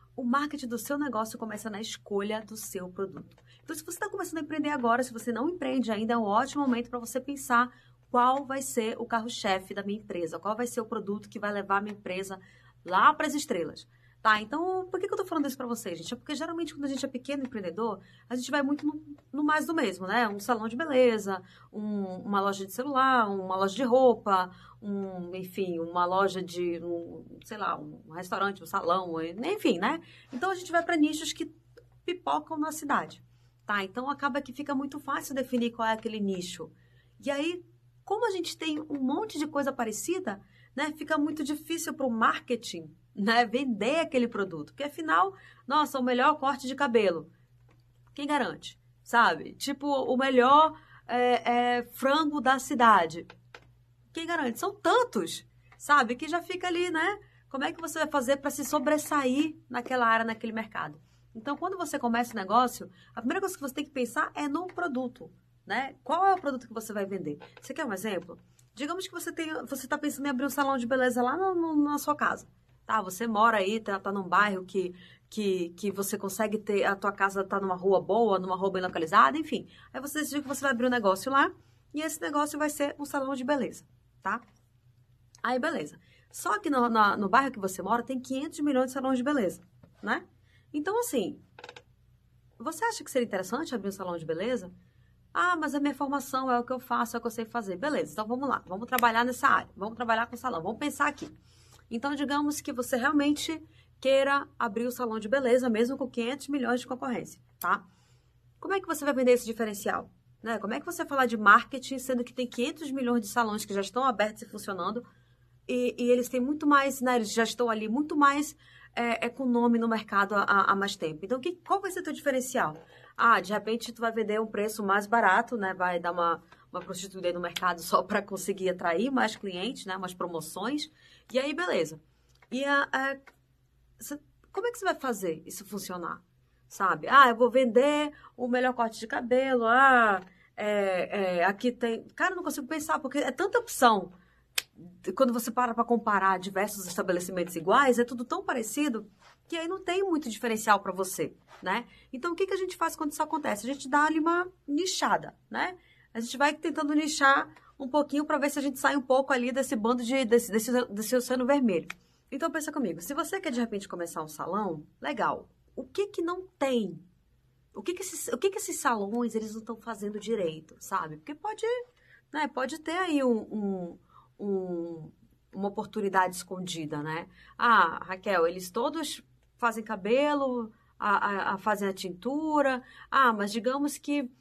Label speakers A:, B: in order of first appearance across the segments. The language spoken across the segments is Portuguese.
A: o marketing do seu negócio começa na escolha do seu produto. Então, se você está começando a empreender agora, se você não empreende ainda, é um ótimo momento para você pensar qual vai ser o carro-chefe da minha empresa, qual vai ser o produto que vai levar a minha empresa lá para as estrelas. Tá, então, por que eu tô falando isso pra vocês, gente? É porque geralmente quando a gente é pequeno empreendedor, a gente vai muito no mais do mesmo, né? Um salão de beleza, uma loja de celular, uma loja de roupa, enfim, uma loja de, sei lá, um restaurante, um salão, enfim, né? Então a gente vai para nichos que pipocam na cidade, tá? Então acaba que fica muito fácil definir qual é aquele nicho. E aí, como a gente tem um monte de coisa parecida, né? Fica muito difícil pro marketing, né, vender aquele produto. Porque, afinal, nossa, o melhor corte de cabelo. Quem garante? Sabe? Tipo, o melhor frango da cidade. Quem garante? São tantos, sabe? Que já fica ali, né? Como é que você vai fazer para se sobressair naquela área, naquele mercado? Então, quando você começa o negócio, a primeira coisa que você tem que pensar é no produto, né? Qual é o produto que você vai vender? Você quer um exemplo? Digamos que você está pensando em abrir um salão de beleza lá na sua casa. Tá, você mora aí, tá num bairro que você consegue ter, a tua casa tá numa rua boa, numa rua bem localizada, enfim. Aí você decidiu que você vai abrir um negócio lá, e esse negócio vai ser um salão de beleza, tá? Aí, beleza. Só que no bairro que você mora, tem 500 milhões de salões de beleza, né? Então, assim, você acha que seria interessante abrir um salão de beleza? Ah, mas a minha formação é o que eu faço, é o que eu sei fazer. Beleza, então vamos lá, vamos trabalhar nessa área, vamos trabalhar com salão, vamos pensar aqui. Então, digamos que você realmente queira abrir o salão de beleza, mesmo com 500 milhões de concorrência, tá? Como é que você vai vender esse diferencial? Né? Como é que você vai falar de marketing, sendo que tem 500 milhões de salões que já estão abertos e funcionando, e eles têm muito mais, né? Eles já estão ali muito mais com nome no mercado há mais tempo. Então, qual vai ser o teu diferencial? Ah, de repente, tu vai vender um preço mais barato, né? Vai dar uma prostituída aí no mercado só para conseguir atrair mais clientes, né? Umas promoções. E aí, beleza. E como é que você vai fazer isso funcionar? Sabe? Ah, eu vou vender o melhor corte de cabelo. Ah, aqui tem... Cara, eu não consigo pensar, porque é tanta opção. Quando você para comparar diversos estabelecimentos iguais, é tudo tão parecido que aí não tem muito diferencial para você, né? Então, o que a gente faz quando isso acontece? A gente dá ali uma nichada, né? A gente vai tentando nichar um pouquinho para ver se a gente sai um pouco ali desse bando desse oceano vermelho. Então, pensa comigo. Se você quer, de repente, começar um salão, legal. O que não tem? O que esses salões, eles não estão fazendo direito, sabe? Porque pode ter aí uma oportunidade escondida, né? Ah, Raquel, eles todos fazem cabelo, fazem a tintura. Ah, mas digamos que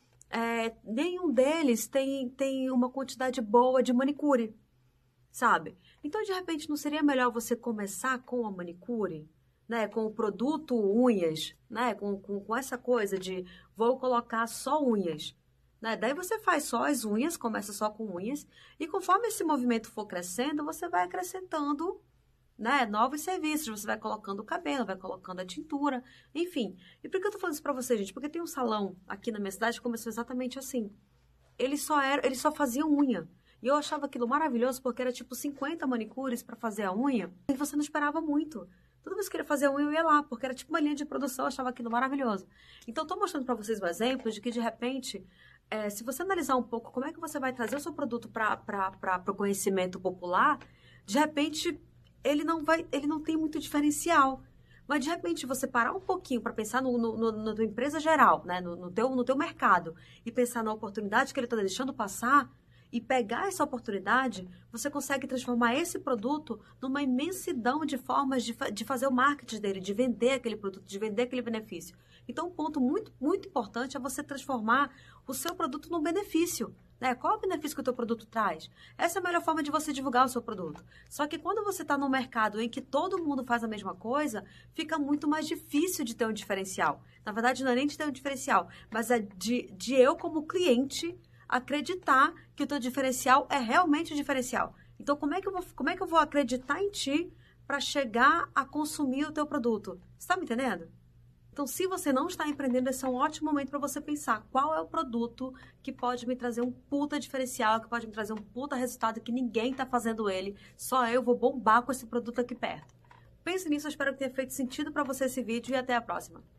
A: nenhum deles tem uma quantidade boa de manicure, sabe? Então, de repente, não seria melhor você começar com a manicure, né? Com o produto unhas, né? Com essa coisa de vou colocar só unhas. Né? Daí você faz só as unhas, começa só com unhas, e conforme esse movimento for crescendo, você vai acrescentando, né, novos serviços, você vai colocando o cabelo, vai colocando a tintura, enfim. E por que eu tô falando isso pra vocês, gente? Porque tem um salão aqui na minha cidade que começou exatamente assim. Eles só faziam unha. E eu achava aquilo maravilhoso, porque era tipo 50 manicures para fazer a unha, e você não esperava muito. Toda vez que eu queria fazer a unha, eu ia lá, porque era tipo uma linha de produção, eu achava aquilo maravilhoso. Então, estou mostrando para vocês um exemplo de que, de repente, se você analisar um pouco como é que você vai trazer o seu produto para o conhecimento popular, de repente, ele não tem muito diferencial. Mas, de repente, você parar um pouquinho para pensar na tua empresa geral, né? no teu mercado, e pensar na oportunidade que ele está deixando passar, e pegar essa oportunidade, você consegue transformar esse produto numa imensidão de formas de fazer o marketing dele, de vender aquele produto, de vender aquele benefício. Então, um ponto muito, muito importante é você transformar o seu produto num benefício. Né? Qual é o benefício que o teu produto traz? Essa é a melhor forma de você divulgar o seu produto. Só que quando você está num mercado em que todo mundo faz a mesma coisa, fica muito mais difícil de ter um diferencial. Na verdade, não é nem de ter um diferencial, mas é de eu, como cliente, acreditar que o teu diferencial é realmente o diferencial. Então, como é que eu vou acreditar em ti para chegar a consumir o teu produto? Você está me entendendo? Então, se você não está empreendendo, esse é um ótimo momento para você pensar qual é o produto que pode me trazer um puta diferencial, que pode me trazer um puta resultado que ninguém está fazendo ele, só eu vou bombar com esse produto aqui perto. Pense nisso, eu espero que tenha feito sentido para você esse vídeo e até a próxima.